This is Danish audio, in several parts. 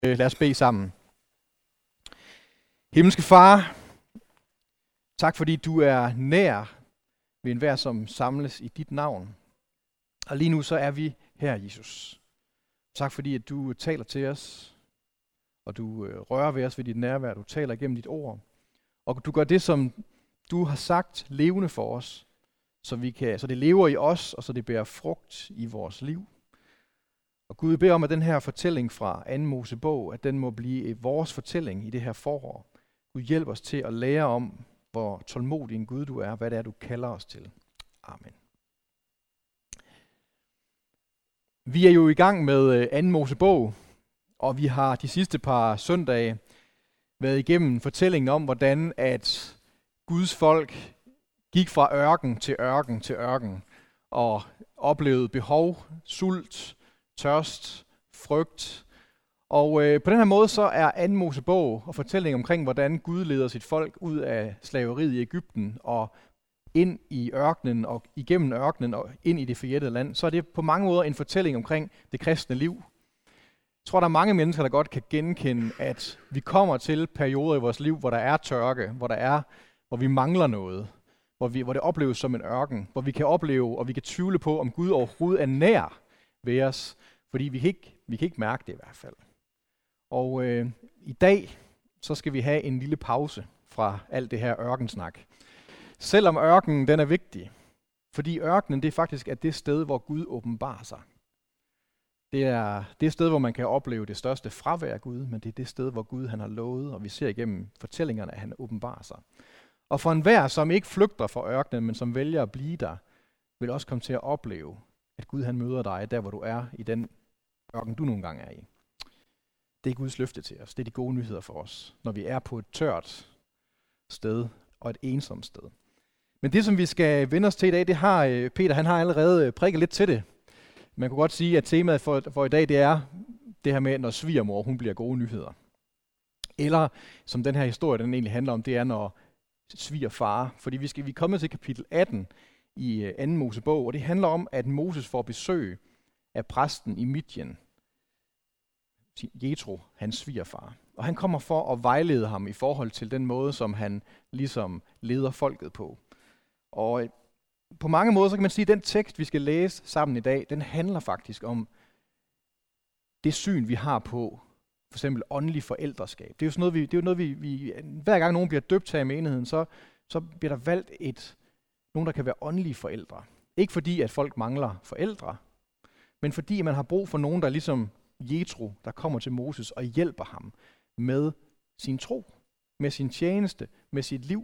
Lad os bede sammen. Himmelske Far, tak fordi du er nær ved enhver, som samles i dit navn. Og lige nu så er vi her, Jesus. Tak fordi at du taler til os, og du rører ved os ved dit nærvær. Du taler igennem dit ord. Og du gør det, som du har sagt, levende for os, så det lever i os, og så det bærer frugt i vores liv. Og Gud, vi beder om, at den her fortælling fra 2. Mosebog, at den må blive vores fortælling i det her forår. Gud, hjælp os til at lære om, hvor tålmodig en Gud du er, hvad det er, du kalder os til. Amen. Vi er jo i gang med 2. Mosebog, og vi har de sidste par søndage været igennem fortællingen om, hvordan at Guds folk gik fra ørken til ørken til ørken, og oplevede behov, sult, tørst, frygt. Og på den her måde så er 2. Mosebog og fortælling omkring, hvordan Gud leder sit folk ud af slaveriet i Egypten og ind i ørkenen og igennem ørkenen og ind i det forjættede land, så er det på mange måder en fortælling omkring det kristne liv. Jeg tror, der er mange mennesker, der godt kan genkende, at vi kommer til perioder i vores liv, hvor der er tørke, hvor vi mangler noget, hvor det opleves som en ørken, hvor vi kan opleve og vi kan tvivle på, om Gud overhovedet er nær ved os, fordi vi kan ikke mærke det i hvert fald. Og i dag, så skal vi have en lille pause fra alt det her ørkensnak. Selvom ørkenen, den er vigtig, fordi ørkenen, det faktisk er det sted, hvor Gud åbenbarer sig. Det er det sted, hvor man kan opleve det største fravær af Gud, men det er det sted, hvor Gud han har lovet, og vi ser igennem fortællingerne, at han åbenbarer sig. Og for enhver, som ikke flygter fra ørkenen, men som vælger at blive der, vil også komme til at opleve, at Gud han møder dig der, hvor du er i den ørken, du nogle gange er i. Det er Guds løfte til os. Det er de gode nyheder for os, når vi er på et tørt sted og et ensomt sted. Men det, som vi skal vende os til i dag, det har Peter, han har allerede prikket lidt til det. Man kunne godt sige, at temaet for i dag, det er det her med, når svigermor, hun bliver gode nyheder. Eller, som den her historie, den egentlig handler om, det er, når svigerfar. Fordi vi er kommet til kapitel 18 i 2. Mosebog, og det handler om, at Moses får besøg af præsten i Midjan, Jetro, hans svigerfar. Og han kommer for at vejlede ham i forhold til den måde, som han ligesom leder folket på. Og på mange måder, så kan man sige, at den tekst, vi skal læse sammen i dag, den handler faktisk om det syn, vi har på for eksempel åndelig forældreskab. Det er jo noget, vi hver gang nogen bliver døbt her i menigheden, så bliver der valgt nogen, der kan være åndelige forældre. Ikke fordi, at folk mangler forældre, men fordi man har brug for nogen, der ligesom Jetro, der kommer til Moses og hjælper ham med sin tro, med sin tjeneste, med sit liv.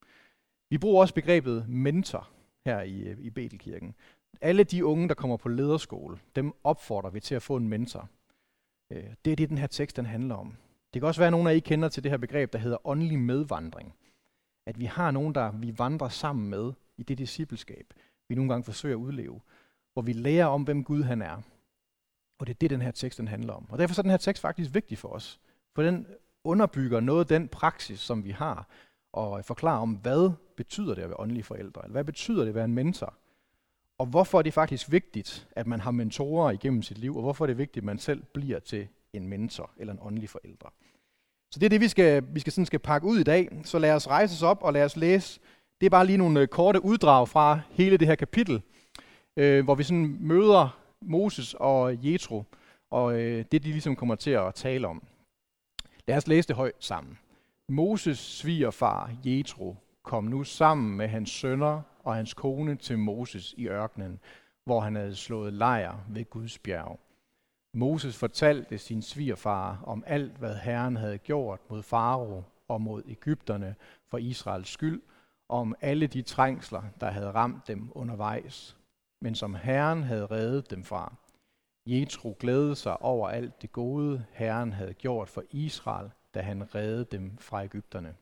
Vi bruger også begrebet mentor her i Betelkirken. Alle de unge, der kommer på lederskole, dem opfordrer vi til at få en mentor. Det er det, den her tekst den handler om. Det kan også være, at nogen af I kender til det her begreb, der hedder åndelig medvandring. At vi har nogen, der vi vandrer sammen med i det discipleskab, vi nogle gange forsøger at udleve, hvor vi lærer om, hvem Gud han er. Og det er det, den her tekst den handler om. Og derfor er den her tekst faktisk vigtig for os. For den underbygger noget af den praksis, som vi har, og forklarer om, hvad betyder det at være åndelige forældre? Eller hvad betyder det at være en mentor? Og hvorfor er det faktisk vigtigt, at man har mentorer igennem sit liv? Og hvorfor er det vigtigt, at man selv bliver til en mentor eller en åndelig forældre? Så det er det, vi skal pakke ud i dag. Så lad os rejse os op og lad os læse. Det er bare lige nogle korte uddrag fra hele det her kapitel, hvor vi sådan møder Moses og Jetro, og det de ligesom kommer til at tale om. Lad os læse det højt sammen. Moses svigerfar Jetro kom nu sammen med hans sønner og hans kone til Moses i ørkenen, hvor han havde slået lejr ved Guds bjerg. Moses fortalte sin svigerfar om alt, hvad Herren havde gjort mod Farao og mod Egypterne for Israels skyld, og om alle de trængsler, der havde ramt dem undervejs, men som Herren havde reddet dem fra. Jetro glædede sig over alt det gode, Herren havde gjort for Israel, da han reddede dem fra Egypterne.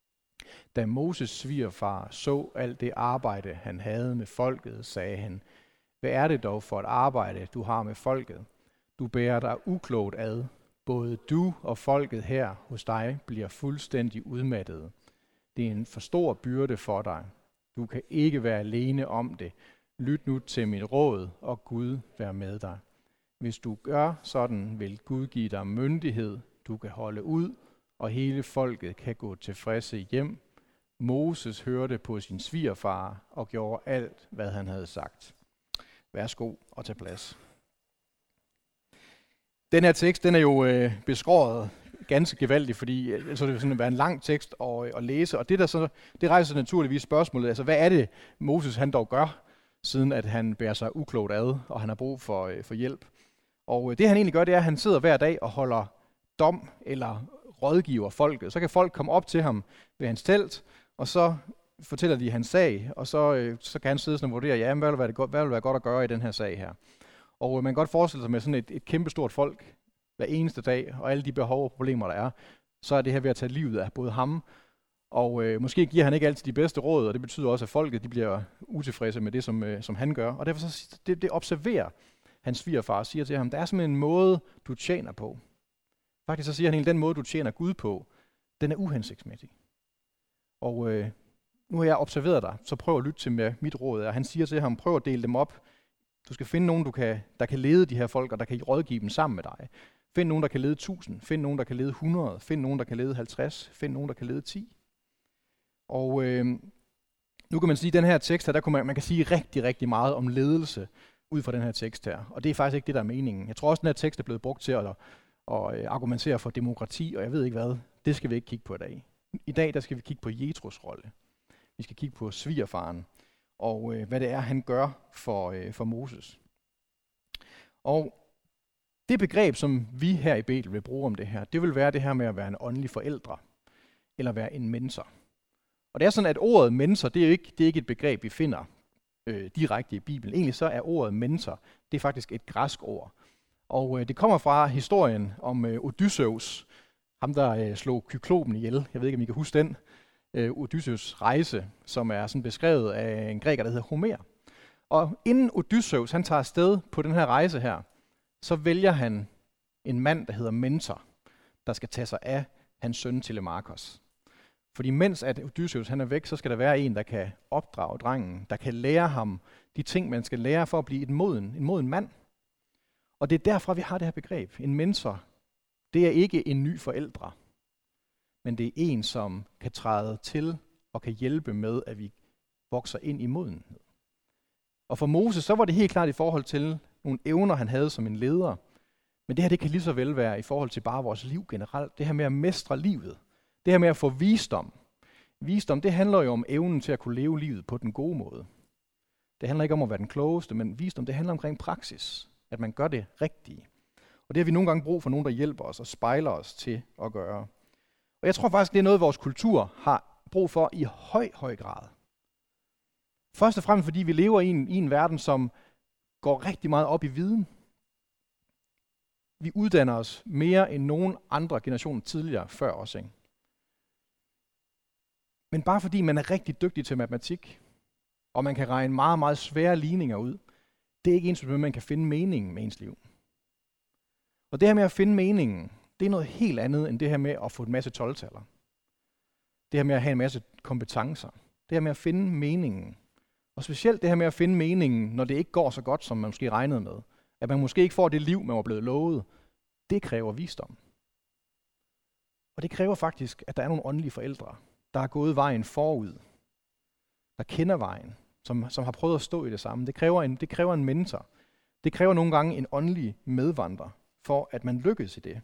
Da Moses svigerfar så alt det arbejde, han havde med folket, sagde han, hvad er det dog for et arbejde, du har med folket? Du bærer dig uklogt ad. Både du og folket her hos dig bliver fuldstændig udmattede. Det er en for stor byrde for dig. Du kan ikke være alene om det. Lyt nu til mit råd, og Gud være med dig. Hvis du gør sådan, vil Gud give dig myndighed, du kan holde ud, og hele folket kan gå tilfredse hjem. Moses hørte på sin svigerfar og gjorde alt, hvad han havde sagt. Værsgo og tag plads. Den her tekst, den er jo beskåret ganske gevaldigt, fordi så det vil sådan være en lang tekst at læse, og det rejser naturligvis spørgsmålet, altså hvad er det Moses han dog gør, siden at han bærer sig uklogt ad, og han har brug for hjælp. Og det han egentlig gør, det er, at han sidder hver dag og holder dom eller rådgiver folket. Så kan folk komme op til ham ved hans telt, og så fortæller de hans sag, og så kan han sidde sådan og vurdere, ja, hvad vil være godt at gøre i den her sag her. Og man kan godt forestille sig med sådan et kæmpestort folk hver eneste dag, og alle de behov og problemer, der er, så er det her ved at tage livet af både ham, og måske giver han ikke altid de bedste råd, og det betyder også, at folket de bliver utilfredse med det, som han gør. Og derfor så det observerer hans svigerfar og siger til ham, der er simpelthen en måde, du tjener på. Faktisk så siger han, at den måde, du tjener Gud på, den er uhensigtsmæssig. Og nu har jeg observeret dig, så prøv at lytte til mit råd. Og han siger til ham, prøv at dele dem op. Du skal finde nogen, der kan lede de her folk, og der kan rådgive dem sammen med dig. Find nogen, der kan lede 1000. Find nogen, der kan lede 100. Find nogen, der kan lede 50. Find nogen, der kan lede 10. Og nu kan man sige, at den her tekst her, der kunne man kan sige rigtig, rigtig meget om ledelse ud fra den her tekst her. Og det er faktisk ikke det, der er meningen. Jeg tror også, at den her tekst er blevet brugt til at argumentere for demokrati, og jeg ved ikke hvad. Det skal vi ikke kigge på i dag. I dag der skal vi kigge på Jetros rolle. Vi skal kigge på svigerfaren, og hvad det er, han gør for Moses. Og det begreb, som vi her i Betel vil bruge om det her, det vil være det her med at være en åndelig forældre, eller være en mentor. Og det er sådan, at ordet mentor, det er ikke et begreb, vi finder direkte i Bibelen. Egentlig så er ordet mentor, det er faktisk et græsk ord. Og det kommer fra historien om Odysseus, ham der slog Kyklopen ihjel. Jeg ved ikke, om I kan huske den. Odysseus' rejse, som er sådan beskrevet af en græker, der hedder Homer. Og inden Odysseus han tager afsted på den her rejse her, så vælger han en mand, der hedder Mentor, der skal tage sig af hans søn Telemakos. Fordi mens at Odysseus han er væk, så skal der være en, der kan opdrage drengen, der kan lære ham de ting, man skal lære for at blive en moden mand. Og det er derfra, vi har det her begreb. En mentor, det er ikke en ny forældre, men det er en, som kan træde til og kan hjælpe med, at vi vokser ind i modenhed. Og for Moses, så var det helt klart i forhold til nogle evner, han havde som en leder. Men det her, det kan lige så vel være i forhold til bare vores liv generelt. Det her med at mestre livet. Det her med at få visdom. Visdom, det handler jo om evnen til at kunne leve livet på den gode måde. Det handler ikke om at være den klogeste, men visdom, det handler omkring praksis. At man gør det rigtige. Og det har vi nogle gange brug for nogen, der hjælper os og spejler os til at gøre. Og jeg tror faktisk, det er noget, vores kultur har brug for i høj grad. Først og fremmest, fordi vi lever i en verden, som går rigtig meget op i viden. Vi uddanner os mere end nogen andre generationer tidligere før os. Ikke? Men bare fordi man er rigtig dygtig til matematik, og man kan regne meget, meget svære ligninger ud, det er ikke ens med, at man kan finde meningen med ens liv. Og det her med at finde meningen, det er noget helt andet end det her med at få en masse 12-taller. Det her med at have en masse kompetencer. Det her med at finde meningen. Og specielt det her med at finde meningen, når det ikke går så godt, som man måske regnede med. At man måske ikke får det liv, man var blevet lovet. Det kræver visdom. Og det kræver faktisk, at der er nogle åndelige forældre, der har gået vejen forud. Der kender vejen, som har prøvet at stå i det samme. Det kræver en mentor. Det kræver nogle gange en åndelig medvandrer, for at man lykkes i det.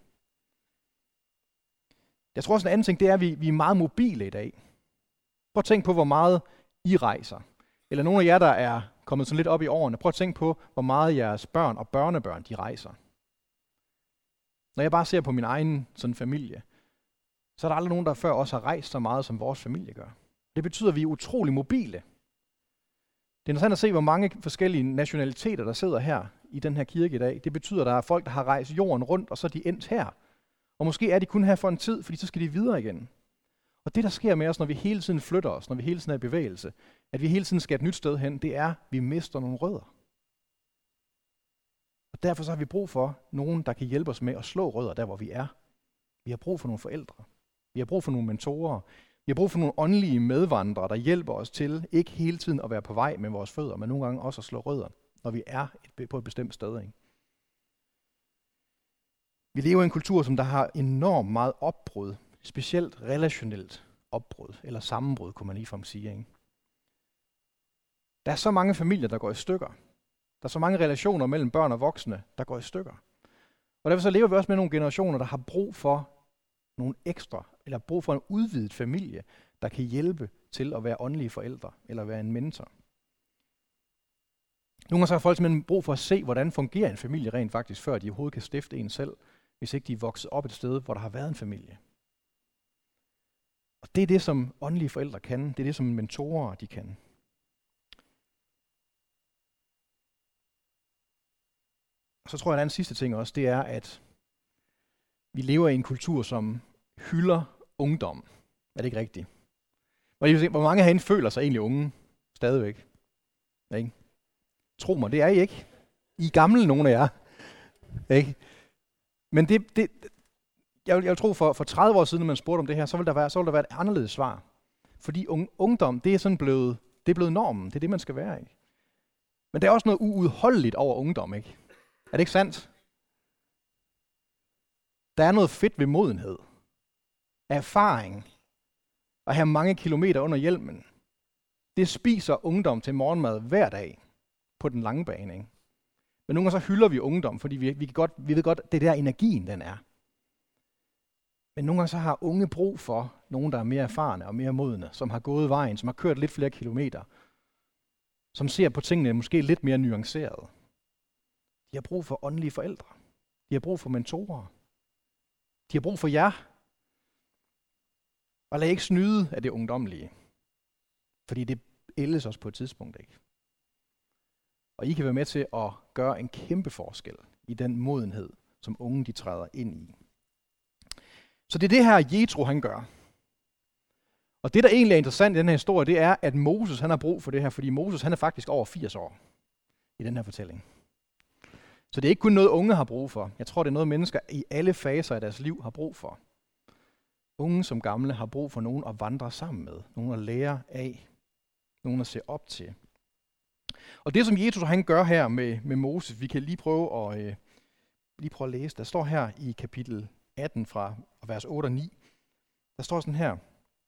Jeg tror også en anden ting, det er, at vi er meget mobile i dag. Prøv at tænke på, hvor meget I rejser. Eller nogle af jer, der er kommet sådan lidt op i årene. Prøv at tænke på, hvor meget jeres børn og børnebørn, de rejser. Når jeg bare ser på min egen sådan familie, så er der aldrig nogen, der før også har rejst så meget, som vores familie gør. Det betyder, at vi er utrolig mobile. Det er interessant at se, hvor mange forskellige nationaliteter, der sidder her i den her kirke i dag. Det betyder, at der er folk, der har rejst jorden rundt, og så er de endt her. Og måske er de kun her for en tid, fordi så skal de videre igen. Og det, der sker med os, når vi hele tiden flytter os, når vi hele tiden er i bevægelse, at vi hele tiden skal et nyt sted hen, det er, at vi mister nogle rødder. Og derfor så har vi brug for nogen, der kan hjælpe os med at slå rødder der, hvor vi er. Vi har brug for nogle forældre. Vi har brug for nogle mentorer. Vi har brug for nogle åndelige medvandrere, der hjælper os til ikke hele tiden at være på vej med vores fødder, men nogle gange også at slå rødder, når vi er på et bestemt sted. Ikke? Vi lever i en kultur, som der har enormt meget opbrud, specielt relationelt opbrud, eller sammenbrud, kunne man ligefrem sige. Ikke? Der er så mange familier, der går i stykker. Der er så mange relationer mellem børn og voksne, der går i stykker. Og derfor så lever vi også med nogle generationer, der har brug for nogle ekstra, eller brug for en udvidet familie, der kan hjælpe til at være åndelige forældre, eller være en mentor. Nogle gange så har folk simpelthen brug for at se, hvordan fungerer en familie rent faktisk, før de overhovedet kan stifte en selv, hvis ikke de er vokset op et sted, hvor der har været en familie. Og det er det, som åndelige forældre kan. Det er det, som mentorer de kan. Og så tror jeg, at den sidste ting også, det er, at vi lever i en kultur, som hylder ungdom. Er det ikke rigtigt? Hvor mange herinde føler sig egentlig unge stadigvæk? Ikke? Tro mig, det er I ikke. I er gamle, nogle af jer. Ikke? Men jeg vil tro, for 30 år siden, når man spurgte om det her, så vil der være et anderledes svar. Fordi ungdom, det er sådan blevet normen. Det er det, man skal være, ikke? Men der er også noget uudholdeligt over ungdom, ikke? Er det ikke sandt? Der er noget fedt ved modenhed. Erfaring. At have mange kilometer under hjelmen. Det spiser ungdom til morgenmad hver dag. På den lange bane, ikke? Men nogle gange så hylder vi ungdom, fordi vi ved godt, det der energien den er. Men nogle gange så har unge brug for nogen, der er mere erfarne og mere modne, som har gået vejen, som har kørt lidt flere kilometer, som ser på tingene måske lidt mere nuanceret. De har brug for åndelige forældre. De har brug for mentorer. De har brug for jer. Og lad ikke snyde af det ungdommelige. Fordi det ældes os på et tidspunkt, ikke? Og I kan være med til at gøre en kæmpe forskel i den modenhed, som unge de træder ind i. Så det er det her, Jethro han gør. Og det, der egentlig er interessant i den her historie, det er, at Moses han har brug for det her, fordi Moses han er faktisk over 80 år i den her fortælling. Så det er ikke kun noget, unge har brug for. Jeg tror, det er noget, mennesker i alle faser af deres liv har brug for. Unge som gamle har brug for nogen at vandre sammen med, nogen at lære af, nogen at se op til. Og det, som Jethro han gør her med Moses, vi kan lige prøve at læse. Der står her i kapitel 18 fra vers 8 og 9. Der står sådan her,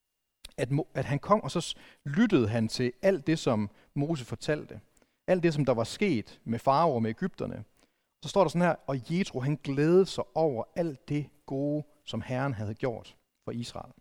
at han kom, og så lyttede han til alt det, som Moses fortalte. Alt det, som der var sket med farao og med egypterne. Så står der sådan her, og Jethro han glædede sig over alt det gode, som Herren havde gjort for Israel.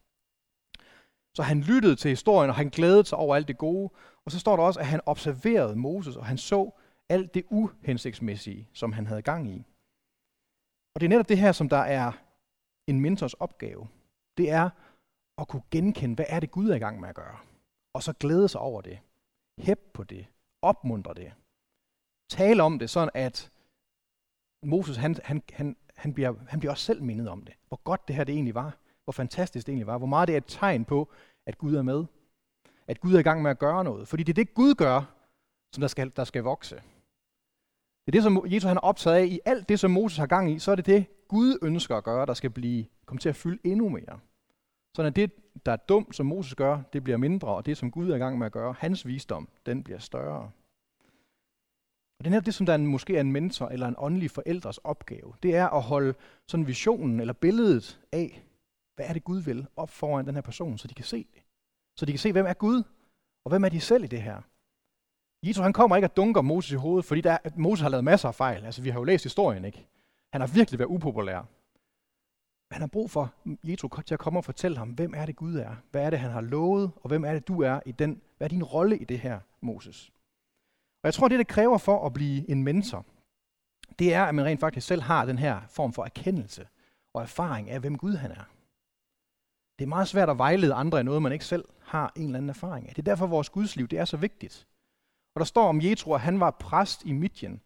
Så han lyttede til historien, og han glædede sig over alt det gode. Og så står der også, at han observerede Moses, og han så alt det uhensigtsmæssige, som han havde gang i. Og det er netop det her, som der er en mentors opgave. Det er at kunne genkende, hvad er det Gud er i gang med at gøre. Og så glæde sig over det. Hæp på det. Opmuntre det. Tale om det, sådan at Moses han bliver også selv mindet om det. Hvor godt det her det egentlig var. Hvor fantastisk det egentlig var. Hvor meget det er et tegn på, at Gud er med. At Gud er i gang med at gøre noget. Fordi det er det, Gud gør, som der skal vokse. Det er det, som Jesus han er optaget af. I alt det, som Moses har gang i, så er det det, Gud ønsker at gøre, der skal komme til at fylde endnu mere. Sådan at det, der er dumt, som Moses gør, det bliver mindre, og det, som Gud er i gang med at gøre, hans visdom, den bliver større. Og det er netop det, som der måske er en mentor eller en åndelig forældres opgave. Det er at holde sådan visionen eller billedet af, hvad er det Gud vil, op foran den her person, så de kan se det. Så de kan se, hvem er Gud, og hvem er de selv i det her. Jethro han kommer ikke at dunker Moses i hovedet, fordi Moses har lavet masser af fejl. Altså vi har jo læst historien, ikke? Han har virkelig været upopulær. Han har brug for Jethro til at komme og fortælle ham, hvem er det Gud er? Hvad er det, han har lovet? Og hvem er det, du er i den? Hvad er din rolle i det her, Moses? Og jeg tror, det kræver for at blive en mentor, det er, at man rent faktisk selv har den her form for erkendelse og erfaring af, hvem Gud han er. Det er meget svært at vejlede andre i noget, man ikke selv har en eller anden erfaring af. Det er derfor, vores gudsliv det er så vigtigt. Og der står om Jethro, at han var præst i Midjan.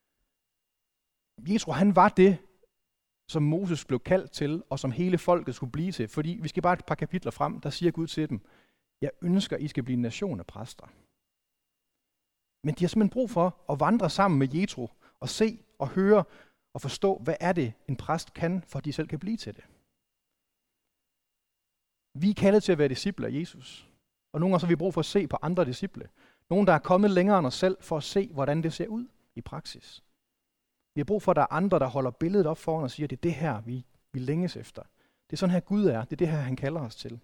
Jethro, han var det, som Moses blev kaldt til, og som hele folket skulle blive til. Fordi vi skal bare et par kapitler frem, der siger Gud til dem, jeg ønsker, I skal blive en nation af præster. Men de har simpelthen brug for at vandre sammen med Jethro, og se og høre og forstå, hvad er det, en præst kan, for at de selv kan blive til det. Vi er kaldet til at være disciple af Jesus. Og nogle gange så har vi brug for at se på andre disciple. Nogen, der er kommet længere end os selv, for at se, hvordan det ser ud i praksis. Vi har brug for, at der er andre, der holder billedet op foran og siger, at det er det her, vi længes efter. Det er sådan her Gud er. Det er det her, han kalder os til.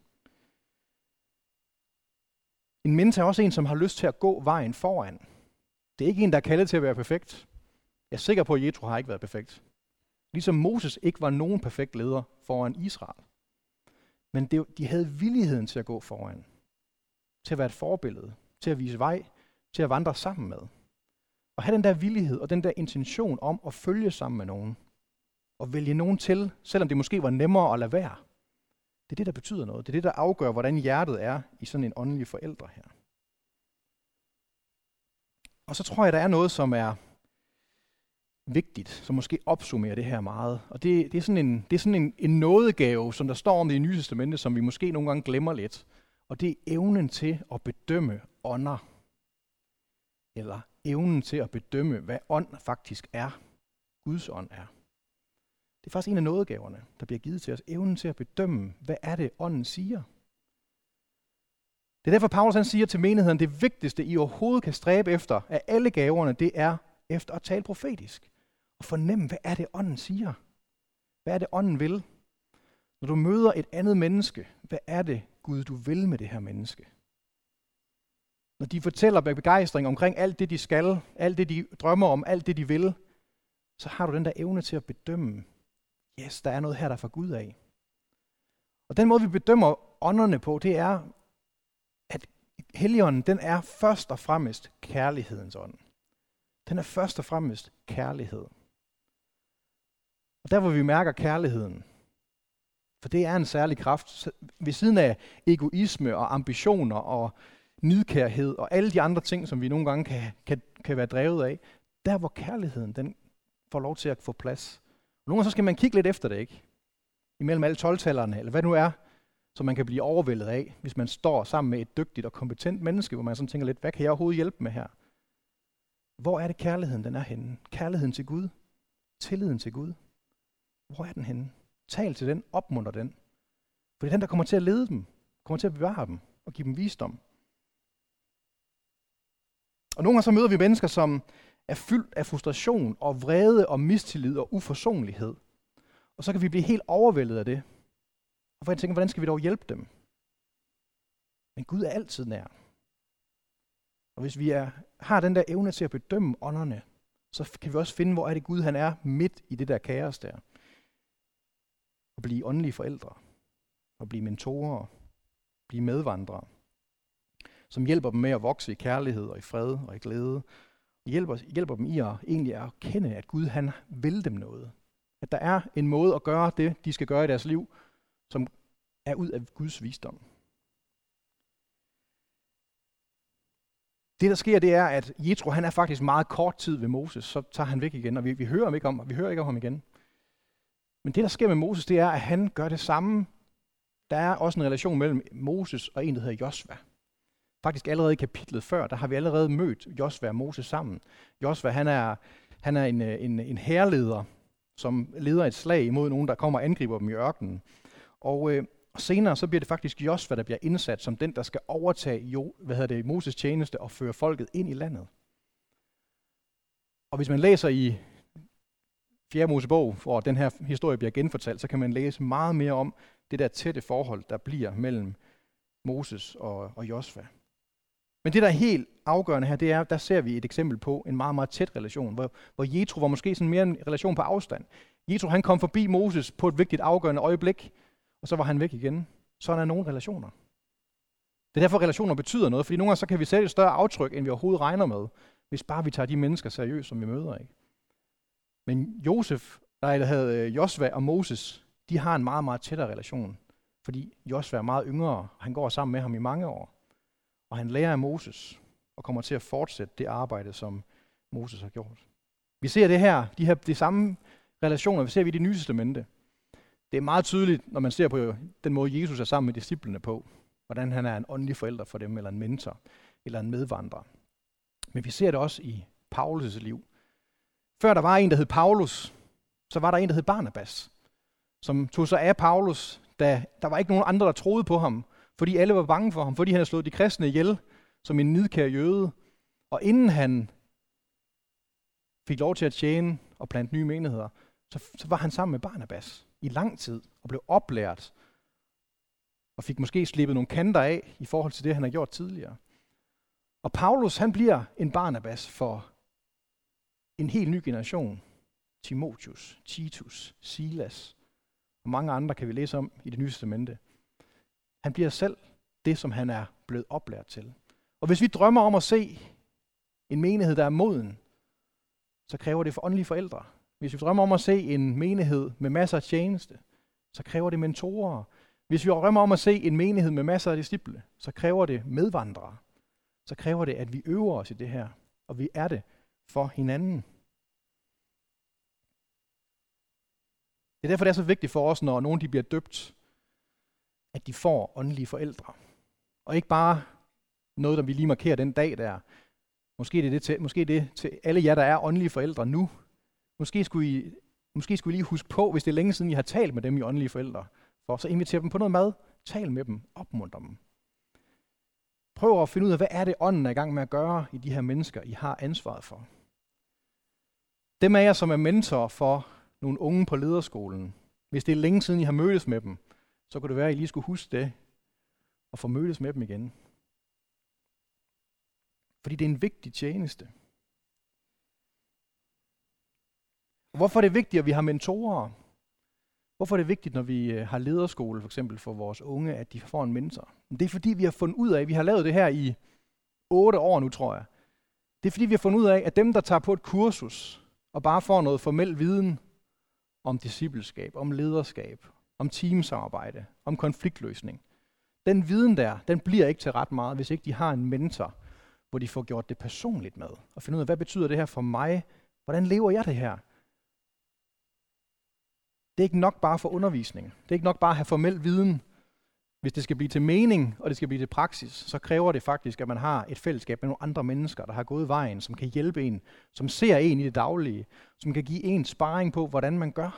En mentor er også en, som har lyst til at gå vejen foran. Det er ikke en, der er kaldet til at være perfekt. Jeg er sikker på, at Jethro har ikke været perfekt. Ligesom Moses ikke var nogen perfekt leder foran Israel. Men de havde villigheden til at gå foran. Til at være et forbillede. Til at vise vej. Til at vandre sammen med. Og have den der villighed og den der intention om at følge sammen med nogen. Og vælge nogen til, selvom det måske var nemmere at lade være. Det er det, der betyder noget. Det er det, der afgør, hvordan hjertet er i sådan en åndelig forælder her. Og så tror jeg, der er noget, som er vigtigt, som måske opsummerer det her meget. Og det er sådan en nådegave, som der står om det i Nye Testamente, som vi måske nogle gange glemmer lidt. Og det er evnen til at bedømme ånder. Eller evnen til at bedømme, hvad ånd faktisk er. Guds ånd er. Det er faktisk en af nådegaverne, der bliver givet til os. Evnen til at bedømme, hvad er det, ånden siger. Det er derfor, Paulus han siger til menigheden, det vigtigste, I overhovedet kan stræbe efter af alle gaverne, det er efter at tale profetisk. Og fornemme, hvad er det, ånden siger? Hvad er det, ånden vil? Når du møder et andet menneske, hvad er det, Gud, du vil med det her menneske? Når de fortæller med begejstring omkring alt det, de skal, alt det, de drømmer om, alt det, de vil, så har du den der evne til at bedømme, yes, der er noget her, der er fra Gud af. Og den måde, vi bedømmer ånderne på, det er, at Helligånden, den er først og fremmest kærlighedens ånd. Den er først og fremmest kærlighed. Og der, hvor vi mærker kærligheden, for det er en særlig kraft, ved siden af egoisme og ambitioner og nidkærhed og alle de andre ting, som vi nogle gange kan være drevet af, der hvor kærligheden, den får lov til at få plads. Og nogle gange så skal man kigge lidt efter det, ikke? Imellem alle 12-tallerne, eller hvad nu er, som man kan blive overvældet af, hvis man står sammen med et dygtigt og kompetent menneske, hvor man sådan tænker lidt, hvad kan jeg overhovedet hjælpe med her? Hvor er det kærligheden, den er henne? Kærligheden til Gud? Tilliden til Gud? Hvor er den henne? Tal til den, opmunter den. For det er den, der kommer til at lede dem, kommer til at bevare dem og give dem visdom. Og nogle gange så møder vi mennesker, som er fyldt af frustration og vrede og mistillid og uforsonlighed. Og så kan vi blive helt overvældet af det. Og jeg tænker, hvordan skal vi dog hjælpe dem? Men Gud er altid nær. Og hvis vi har den der evne til at bedømme ånderne, så kan vi også finde, hvor er det Gud, han er midt i det der kaos der. Og blive åndelige forældre. Og blive mentorer. Blive medvandrere. Som hjælper dem med at vokse i kærlighed og i fred og i glæde. Hjælper dem i at egentlig at kende, at Gud han vil dem noget. At der er en måde at gøre det, de skal gøre i deres liv, som er ud af Guds visdom. Det der sker, det er, at Jethro han er faktisk meget kort tid ved Moses, så tager han væk igen, og vi hører ikke om ham igen. Men det der sker med Moses, det er, at han gør det samme. Der er også en relation mellem Moses og en, der hedder Josva. Faktisk allerede i kapitlet før, der har vi allerede mødt Josva og Moses sammen. Josva han er en hærleder, som leder et slag imod nogen, der kommer og angriber dem i ørkenen. Og senere så bliver det faktisk Josva, der bliver indsat som den, der skal overtage Moses tjeneste og føre folket ind i landet. Og hvis man læser i 4. Mosebog, hvor den her historie bliver genfortalt, så kan man læse meget mere om det der tætte forhold, der bliver mellem Moses og Josva. Men det, der er helt afgørende her, det er, der ser vi et eksempel på en meget, meget tæt relation, hvor Jethro var måske sådan mere en relation på afstand. Jethro han kom forbi Moses på et vigtigt afgørende øjeblik, og så var han væk igen. Sådan er nogle relationer. Det er derfor, relationer betyder noget, fordi nogle gange så kan vi sætte et større aftryk, end vi overhovedet regner med, hvis bare vi tager de mennesker seriøst, som vi møder. Ikke? Men Josva og Moses, de har en meget, meget tættere relation, fordi Josva er meget yngre, og han går sammen med ham i mange år. Og han lærer af Moses, og kommer til at fortsætte det arbejde, som Moses har gjort. Vi ser det her, de samme relationer, vi ser i Det Nye Testamente. Det er meget tydeligt, når man ser på den måde, Jesus er sammen med disciplene på, hvordan han er en åndelig forælder for dem, eller en mentor, eller en medvandrer. Men vi ser det også i Paulus' liv. Før der var en, der hed Paulus, så var der en, der hed Barnabas, som tog sig af Paulus, da der var ikke nogen andre, der troede på ham, fordi alle var bange for ham, fordi han havde slået de kristne ihjel som en nidkær jøde. Og inden han fik lov til at tjene og plante nye menigheder, så var han sammen med Barnabas i lang tid og blev oplært og fik måske slippet nogle kanter af i forhold til det, han har gjort tidligere. Og Paulus, han bliver en Barnabas for en helt ny generation. Timotheus, Titus, Silas og mange andre kan vi læse om i Det Nye Testamente. Han bliver selv det, som han er blevet oplært til. Og hvis vi drømmer om at se en menighed, der er moden, så kræver det for åndelige forældre. Hvis vi drømmer om at se en menighed med masser af tjeneste, så kræver det mentorer. Hvis vi drømmer om at se en menighed med masser af disciple, så kræver det medvandrere. Så kræver det, at vi øver os i det her, og vi er det for hinanden. Det er derfor, det er så vigtigt for os, når nogen de bliver døbt, at de får åndelige forældre. Og ikke bare noget, der vi lige markerer den dag der. Måske er det til alle jer, der er åndelige forældre nu. Måske skulle I lige huske på, hvis det er længe siden, I har talt med dem, I åndelige forældre. For så inviter dem på noget mad, tal med dem, opmuntre dem. Prøv at finde ud af, hvad er det ånden er i gang med at gøre i de her mennesker, I har ansvaret for. Dem af jer, som er mentor for nogle unge på lederskolen, hvis det er længe siden, I har mødtes med dem, så kunne det være, at I lige skulle huske det og få mødtes med dem igen. Fordi det er en vigtig tjeneste. Og hvorfor er det vigtigt, at vi har mentorer? Hvorfor er det vigtigt, når vi har lederskole for eksempel for vores unge, at de får en mentor? Det er fordi, vi har fundet ud af, at vi har lavet det her i 8 år nu, tror jeg. Det er fordi, vi har fundet ud af, at dem, der tager på et kursus og bare får noget formel viden om discipleskab, om lederskab, om teamsamarbejde, om konfliktløsning, den viden der, den bliver ikke til ret meget, hvis ikke de har en mentor, hvor de får gjort det personligt med, og finde ud af, hvad betyder det her for mig? Hvordan lever jeg det her? Det er ikke nok bare for undervisning. Det er ikke nok bare at have formel viden. Hvis det skal blive til mening, og det skal blive til praksis, så kræver det faktisk, at man har et fællesskab med nogle andre mennesker, der har gået vejen, som kan hjælpe en, som ser en i det daglige, som kan give en sparring på, hvordan man gør.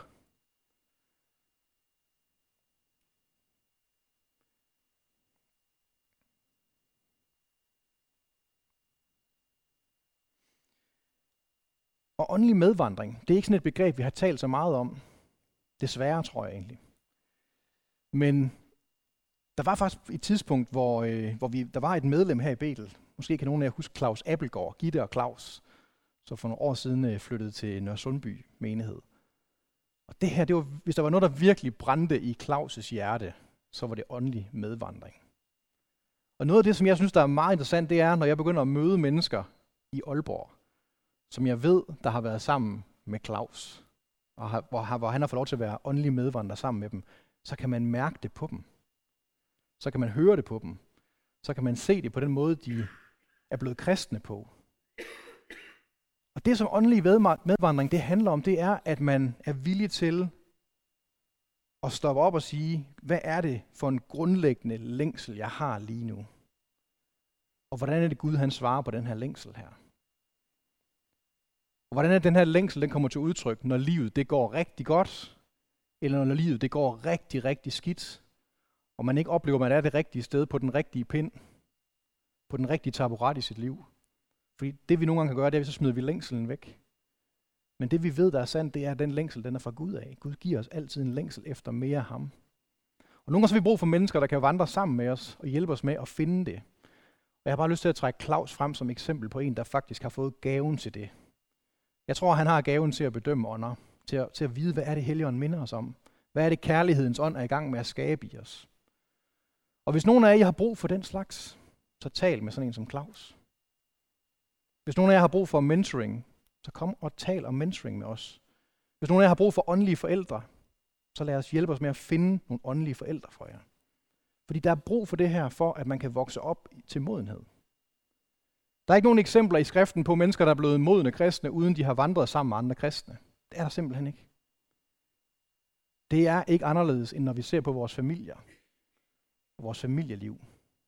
Og åndelig medvandring, det er ikke sådan et begreb, vi har talt så meget om. Desværre, tror jeg egentlig. Men der var faktisk et tidspunkt, hvor der var et medlem her i Betel. Måske kan nogen af jer huske Claus Appelgaard, Gitte og Claus, så for nogle år siden flyttede til Nørresundby menighed. Og det her, det var, hvis der var noget, der virkelig brændte i Claus' hjerte, så var det åndelig medvandring. Og noget af det, som jeg synes, der er meget interessant, det er, når jeg begynder at møde mennesker i Aalborg, som jeg ved, der har været sammen med Claus, og hvor han har fået lov til at være åndelig medvandrer sammen med dem, så kan man mærke det på dem. Så kan man høre det på dem. Så kan man se det på den måde, de er blevet kristne på. Og det, som åndelig medvandring det handler om, det er, at man er villig til at stoppe op og sige, hvad er det for en grundlæggende længsel, jeg har lige nu? Og hvordan er det Gud, han svarer på den her længsel her? Og hvordan er den her længsel, den kommer til udtryk, når livet det går rigtig godt, eller når livet det går rigtig, rigtig skidt, og man ikke oplever, at man er det rigtige sted på den rigtige pind, på den rigtige taburet i sit liv. Fordi det vi nogle gange kan gøre, det er, at så smider vi længselen væk. Men det vi ved, der er sandt, det er, at den længsel, den er fra Gud af. Gud giver os altid en længsel efter mere af ham. Og nogle gange så har vi brug for mennesker, der kan vandre sammen med os og hjælpe os med at finde det. Og jeg har bare lyst til at trække Claus frem som eksempel på en, der faktisk har fået gaven til det. Jeg tror, han har gaven til at bedømme ånder, til at vide, hvad er det Helligånden minder os om. Hvad er det kærlighedens ånd er i gang med at skabe i os. Og hvis nogen af jer har brug for den slags, så tal med sådan en som Claus. Hvis nogen af jer har brug for mentoring, så kom og tal om mentoring med os. Hvis nogen af jer har brug for åndelige forældre, så lad os hjælpe os med at finde nogle åndelige forældre for jer. Fordi der er brug for det her, for at man kan vokse op til modenhed. Der er ikke nogen eksempler i skriften på mennesker, der er blevet modne kristne, uden de har vandret sammen med andre kristne. Det er der simpelthen ikke. Det er ikke anderledes, end når vi ser på vores familier og vores familieliv.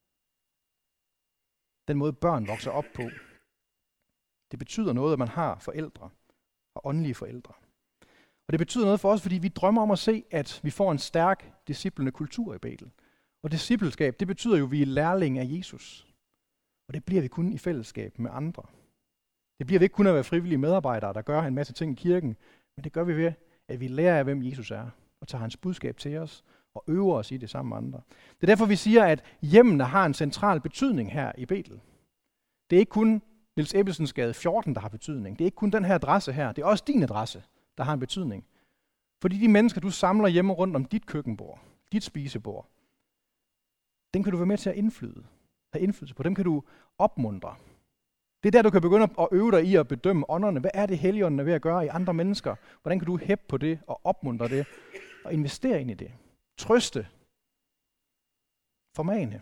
Den måde børn vokser op på. Det betyder noget, at man har forældre og åndelige forældre. Og det betyder noget for os, fordi vi drømmer om at se, at vi får en stærk disciplende kultur i Betel. Og discipleskab, det betyder jo, at vi er lærlinge af Jesus. Og det bliver vi kun i fællesskab med andre. Det bliver vi ikke kun at være frivillige medarbejdere, der gør en masse ting i kirken, men det gør vi ved, at vi lærer af, hvem Jesus er, og tager hans budskab til os, og øver os i det sammen med andre. Det er derfor, vi siger, at hjemmene har en central betydning her i Betel. Det er ikke kun Niels Ebbesens gade 14, der har betydning. Det er ikke kun den her adresse her. Det er også din adresse, der har en betydning. Fordi de mennesker, du samler hjemme rundt om dit køkkenbord, dit spisebord, dem kan du være med til at have indflydelse på. Dem kan du opmuntre. Det er der, du kan begynde at øve dig i at bedømme ånderne. Hvad er det, Helligånden er ved at gøre i andre mennesker? Hvordan kan du hæppe på det og opmuntre det og investere ind i det? Trøste. Formane.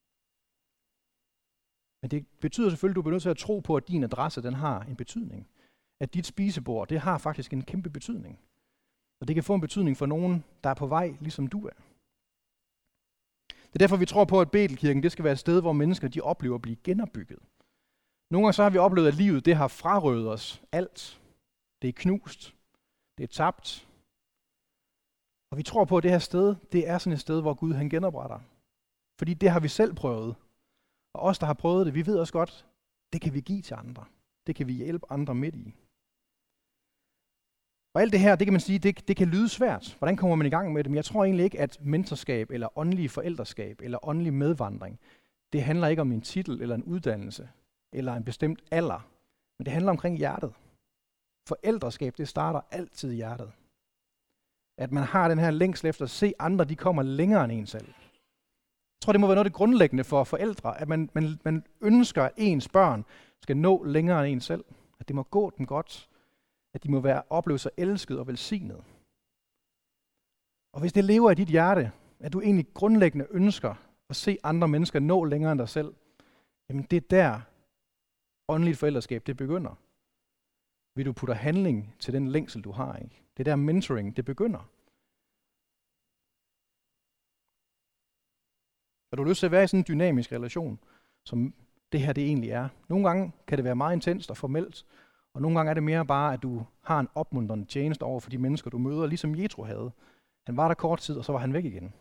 Men det betyder selvfølgelig, at du bliver nødt til at tro på, at din adresse den har en betydning. At dit spisebord, det har faktisk en kæmpe betydning. Og det kan få en betydning for nogen, der er på vej, ligesom du er. Det er derfor, vi tror på, at Betelkirken det skal være et sted, hvor mennesker de oplever at blive genopbygget. Nogle gange så har vi oplevet, at livet det har frarøvet os alt. Det er knust. Det er tabt. Og vi tror på, at det her sted, det er sådan et sted, hvor Gud han genopretter. Fordi det har vi selv prøvet. Og os, der har prøvet det, vi ved også godt, det kan vi give til andre. Det kan vi hjælpe andre midt i. Og alt det her, det kan man sige, det kan lyde svært. Hvordan kommer man i gang med det? Men jeg tror egentlig ikke, at mentorskab, eller åndelig forældreskab, eller åndelig medvandring, det handler ikke om en titel, eller en uddannelse, eller en bestemt alder. Men det handler omkring hjertet. Forældreskab, det starter altid i hjertet. At man har den her længsel efter at se andre, de kommer længere end en selv. Jeg tror, det må være noget af det grundlæggende for forældre, at man ønsker, at ens børn skal nå længere end en selv. At det må gå dem godt. At de må opleve sig elsket og velsignet. Og hvis det lever i dit hjerte, at du egentlig grundlæggende ønsker at se andre mennesker nå længere end dig selv, jamen det er der åndeligt forældreskab det begynder. Vil du putte handling til den længsel, du har, ikke? Det er der mentoring, det begynder. Og du har lyst til at være i sådan en dynamisk relation, som det her det egentlig er. Nogle gange kan det være meget intenst og formelt, og nogle gange er det mere bare, at du har en opmuntrende tjeneste over for de mennesker, du møder, ligesom Jethro havde. Han var der kort tid, og så var han væk igen.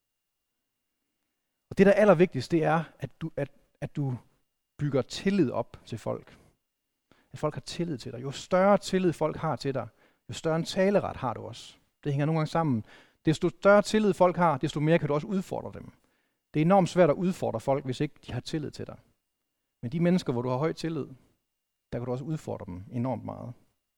Og det, der er allervigtigst, det er, at du bygger tillid op til folk. At folk har tillid til dig. Jo større tillid folk har til dig, jo større en taleret har du også. Det hænger nogle gange sammen. Desto større tillid folk har, desto mere kan du også udfordre dem. Det er enormt svært at udfordre folk, hvis ikke de har tillid til dig. Men de mennesker, hvor du har høj tillid, der kan du også udfordre dem enormt meget.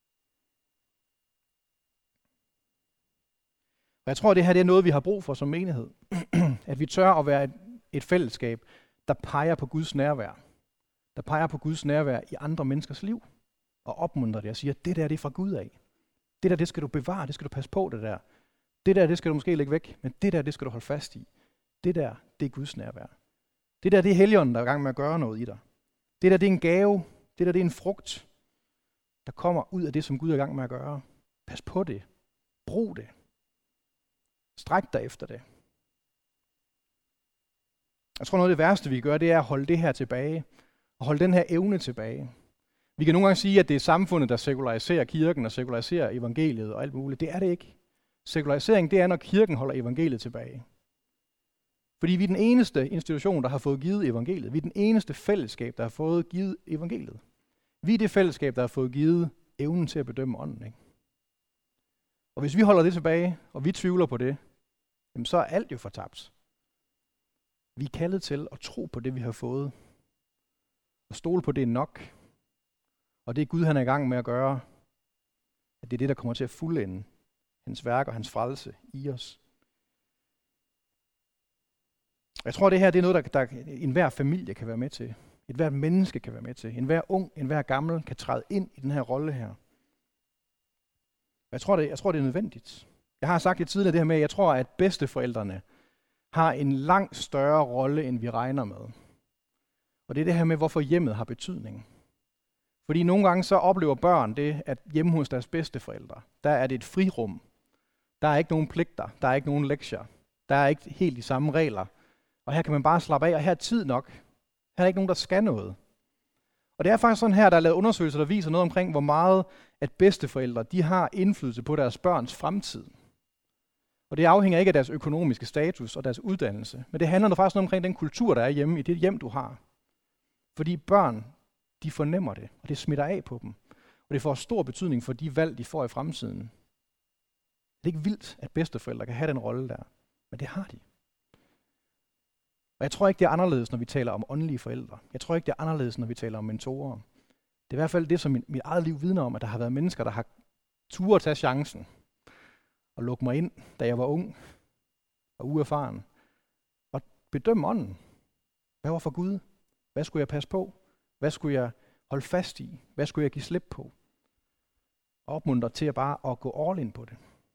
Og jeg tror, at det her det er noget, vi har brug for som menighed. At vi tør at være et fællesskab, der peger på Guds nærvær. Der peger på Guds nærvær i andre menneskers liv. Og opmuntrer det og siger, at det der det er fra Gud af. Det der det skal du bevare, det skal du passe på det der. Det der det skal du måske lægge væk, men det der det skal du holde fast i. Det der det er Guds nærvær. Det der det er Helligånden, der er i gang med at gøre noget i dig. Det der det er en gave. Det der det er en frugt, der kommer ud af det, som Gud er i gang med at gøre. Pas på det. Brug det. Stræk dig efter det. Jeg tror, noget af det værste, vi kan gøre, det er at holde det her tilbage. Og holde den her evne tilbage. Vi kan nogle gange sige, at det er samfundet, der sekulariserer kirken og sekulariserer evangeliet og alt muligt. Det er det ikke. Sekularisering, det er, når kirken holder evangeliet tilbage. Fordi vi er den eneste institution, der har fået givet evangeliet. Vi er den eneste fællesskab, der har fået givet evangeliet. Vi er det fællesskab, der har fået givet evnen til at bedømme ånden. Ikke? Og hvis vi holder det tilbage, og vi tvivler på det, jamen så er alt jo fortabt. Vi er kaldet til at tro på det, vi har fået. Og stole på det er nok. Og det er Gud, han er i gang med at gøre. At det er det, der kommer til at fuldende hans værk og hans frelse i os. Jeg tror, det her det er noget, der enhver familie kan være med til. Et hvert menneske kan være med til. Enhver ung, enhver gammel kan træde ind i den her rolle her. Jeg tror, det er nødvendigt. Jeg har sagt det tidligere det her med, at jeg tror, at bedsteforældrene har en langt større rolle, end vi regner med. Og det er det her med, hvorfor hjemmet har betydning. Fordi nogle gange så oplever børn det, at hjemme hos deres bedsteforældre, der er det et frirum. Der er ikke nogen pligter, der er ikke nogen lektier. Der er ikke helt de samme regler. Og her kan man bare slappe af, og her er tid nok. Her er ikke nogen, der skal noget. Og det er faktisk sådan her, der er lavet undersøgelser, der viser noget omkring, hvor meget at bedsteforældre, de har indflydelse på deres børns fremtid. Og det afhænger ikke af deres økonomiske status og deres uddannelse, men det handler faktisk noget omkring den kultur, der er hjemme i det hjem, du har. Fordi børn, de fornemmer det, og det smitter af på dem. Og det får stor betydning for de valg, de får i fremtiden. Det er ikke vildt, at bedsteforældre kan have den rolle der, men det har de. Og jeg tror ikke, det er anderledes, når vi taler om åndelige forældre. Jeg tror ikke, det er anderledes, når vi taler om mentorer. Det er i hvert fald det, som mit eget liv vidner om, at der har været mennesker, der har turde tage chancen og lukke mig ind, da jeg var ung og uerfaren, og bedømme ånden. Hvad var for Gud? Hvad skulle jeg passe på? Hvad skulle jeg holde fast i? Hvad skulle jeg give slip på? Og opmuntre til at bare at gå all in på det.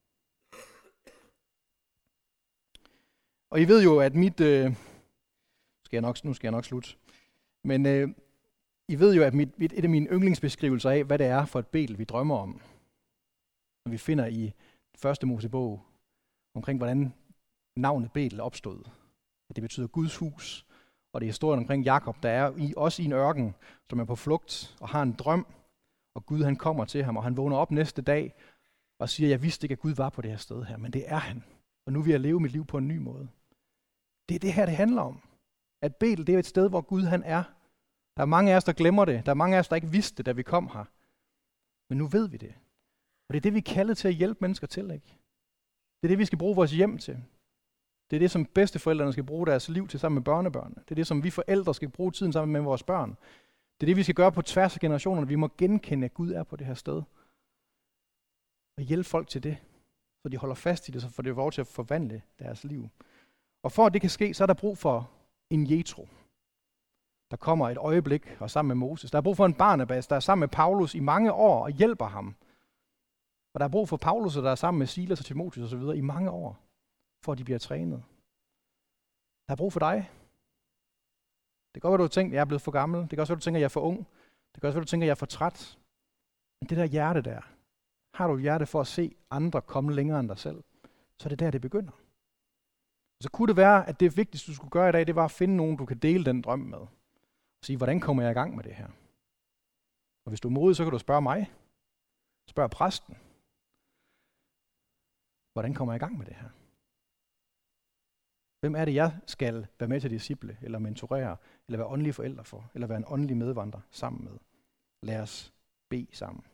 Og I ved jo, at nu skal jeg nok slutte. Men I ved jo, at et af mine yndlingsbeskrivelser af, hvad det er for et Betel, vi drømmer om, når vi finder i første Mosebog, omkring hvordan navnet Betel opstod. Det betyder Guds hus, og det er historien omkring Jakob, der er også i en ørken, som er på flugt og har en drøm, og Gud han kommer til ham, og han vågner op næste dag og siger, jeg vidste ikke, at Gud var på det her sted her, men det er han. Og nu vil jeg leve mit liv på en ny måde. Det er det her, det handler om. At Betel, det er et sted, hvor Gud han er. Der er mange af os, der glemmer det. Der er mange af os, der ikke vidste det, da vi kom her. Men nu ved vi det. Og det er det, vi er kaldet til at hjælpe mennesker til, ikke? Det er det, vi skal bruge vores hjem til. Det er det, som bedsteforældrene skal bruge deres liv til sammen med børnebørnene. Det er det, som vi forældre skal bruge tiden sammen med vores børn. Det er det, vi skal gøre på tværs af generationerne. Vi må genkende, at Gud er på det her sted. Og hjælpe folk til det. Så de holder fast i det, så får det lov til at forvandle deres liv. Og for at det kan ske, så er der brug for en Jethro, der kommer et øjeblik og sammen med Moses. Der er brug for en Barnabas, der er sammen med Paulus i mange år og hjælper ham. Og der er brug for Paulus, der er sammen med Silas og Timotheus osv. i mange år, for at de bliver trænet. Der er brug for dig. Det kan godt være, du tænker, at jeg er blevet for gammel. Det kan også være, du tænker, at jeg er for ung. Det kan også være, du tænker, at jeg er for træt. Men det der hjerte der, har du et hjerte for at se andre komme længere end dig selv, så er det der, det begynder. Så kunne det være, at det vigtigste, du skulle gøre i dag, det var at finde nogen, du kan dele den drøm med. Og sige, hvordan kommer jeg i gang med det her? Og hvis du er modig, så kan du spørge mig. Spørg præsten. Hvordan kommer jeg i gang med det her? Hvem er det, jeg skal være med til disciple, eller mentorere, eller være åndelige forældre for, eller være en åndelig medvandrer sammen med? Lad os bede sammen.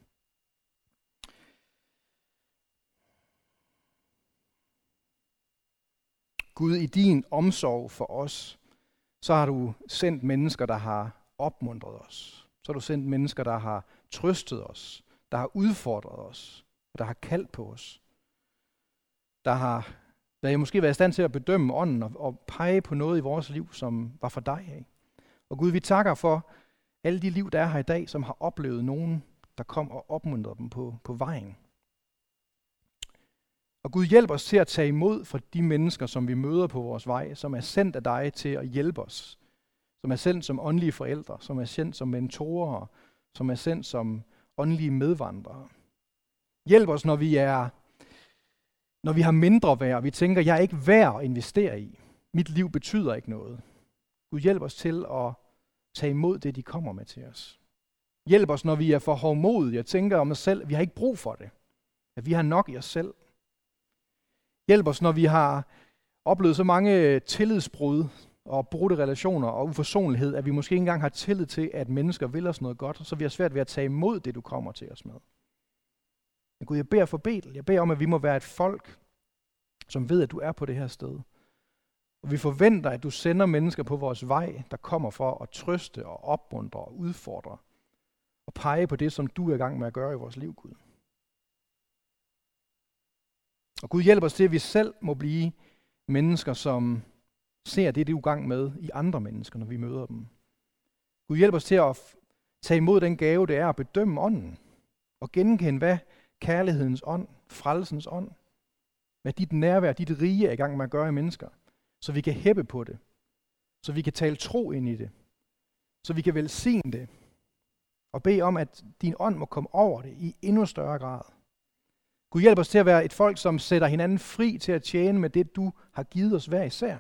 Gud, i din omsorg for os, så har du sendt mennesker, der har opmuntret os. Så har du sendt mennesker, der har trøstet os, der har udfordret os, der har kaldt på os. Der har måske været i stand til at bedømme ånden og pege på noget i vores liv, som var for dig af. Og Gud, vi takker for alle de liv, der er her i dag, som har oplevet nogen, der kom og opmuntrede dem på vejen. Og Gud, hjælp os til at tage imod for de mennesker, som vi møder på vores vej, som er sendt af dig til at hjælpe os. Som er sendt som åndelige forældre, som er sendt som mentorer, som er sendt som åndelige medvandrere. Hjælp os, når vi har mindre værd, og vi tænker, jeg er ikke værd at investere i. Mit liv betyder ikke noget. Gud, hjælp os til at tage imod det, de kommer med til os. Hjælp os, når vi er for hovmodige og tænker om os selv, vi har ikke brug for det. At vi har nok i os selv. Hjælp os, når vi har oplevet så mange tillidsbrud og brudte relationer og uforsonlighed, at vi måske ikke engang har tillid til, at mennesker vil os noget godt, så vi har svært ved at tage imod det, du kommer til os med. Men Gud, jeg beder for Betel. Jeg beder om, at vi må være et folk, som ved, at du er på det her sted. Og vi forventer, at du sender mennesker på vores vej, der kommer for at trøste og opmuntre og udfordre og pege på det, som du er i gang med at gøre i vores liv, Gud. Og Gud, hjælp os til, at vi selv må blive mennesker, som ser det, du er i gang med i andre mennesker, når vi møder dem. Gud, hjælp os til at tage imod den gave, det er at bedømme ånden og genkende, hvad kærlighedens ånd, frelsens ånd, hvad dit nærvær, dit rige er i gang med at gøre i mennesker, så vi kan hæppe på det, så vi kan tale tro ind i det, så vi kan velsigne det, og bede om, at din ånd må komme over det i endnu større grad. Gud, hjælp os til at være et folk, som sætter hinanden fri til at tjene med det, du har givet os hver især.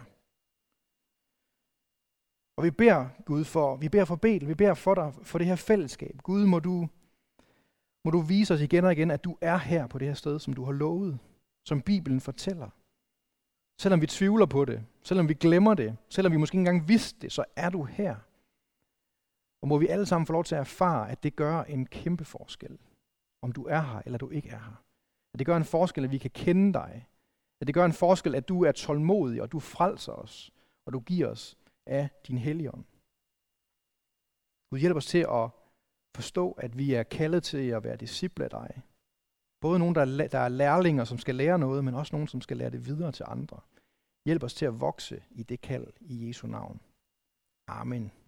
Og vi beder, Gud, for Betel, vi beder for dig, for det her fællesskab. Gud, må du vise os igen og igen, at du er her på det her sted, som du har lovet, som Bibelen fortæller. Selvom vi tvivler på det, selvom vi glemmer det, selvom vi måske ikke engang vidste det, så er du her. Og må vi alle sammen få lov til at erfare, at det gør en kæmpe forskel, om du er her eller du ikke er her. At det gør en forskel, at vi kan kende dig. At det gør en forskel, at du er tålmodig, og du frelser os, og du giver os af din Helligånd. Gud, hjælp os til at forstå, at vi er kaldet til at være disciple af dig. Både nogen, der er lærlinger, som skal lære noget, men også nogen, som skal lære det videre til andre. Hjælp os til at vokse i det kald i Jesu navn. Amen.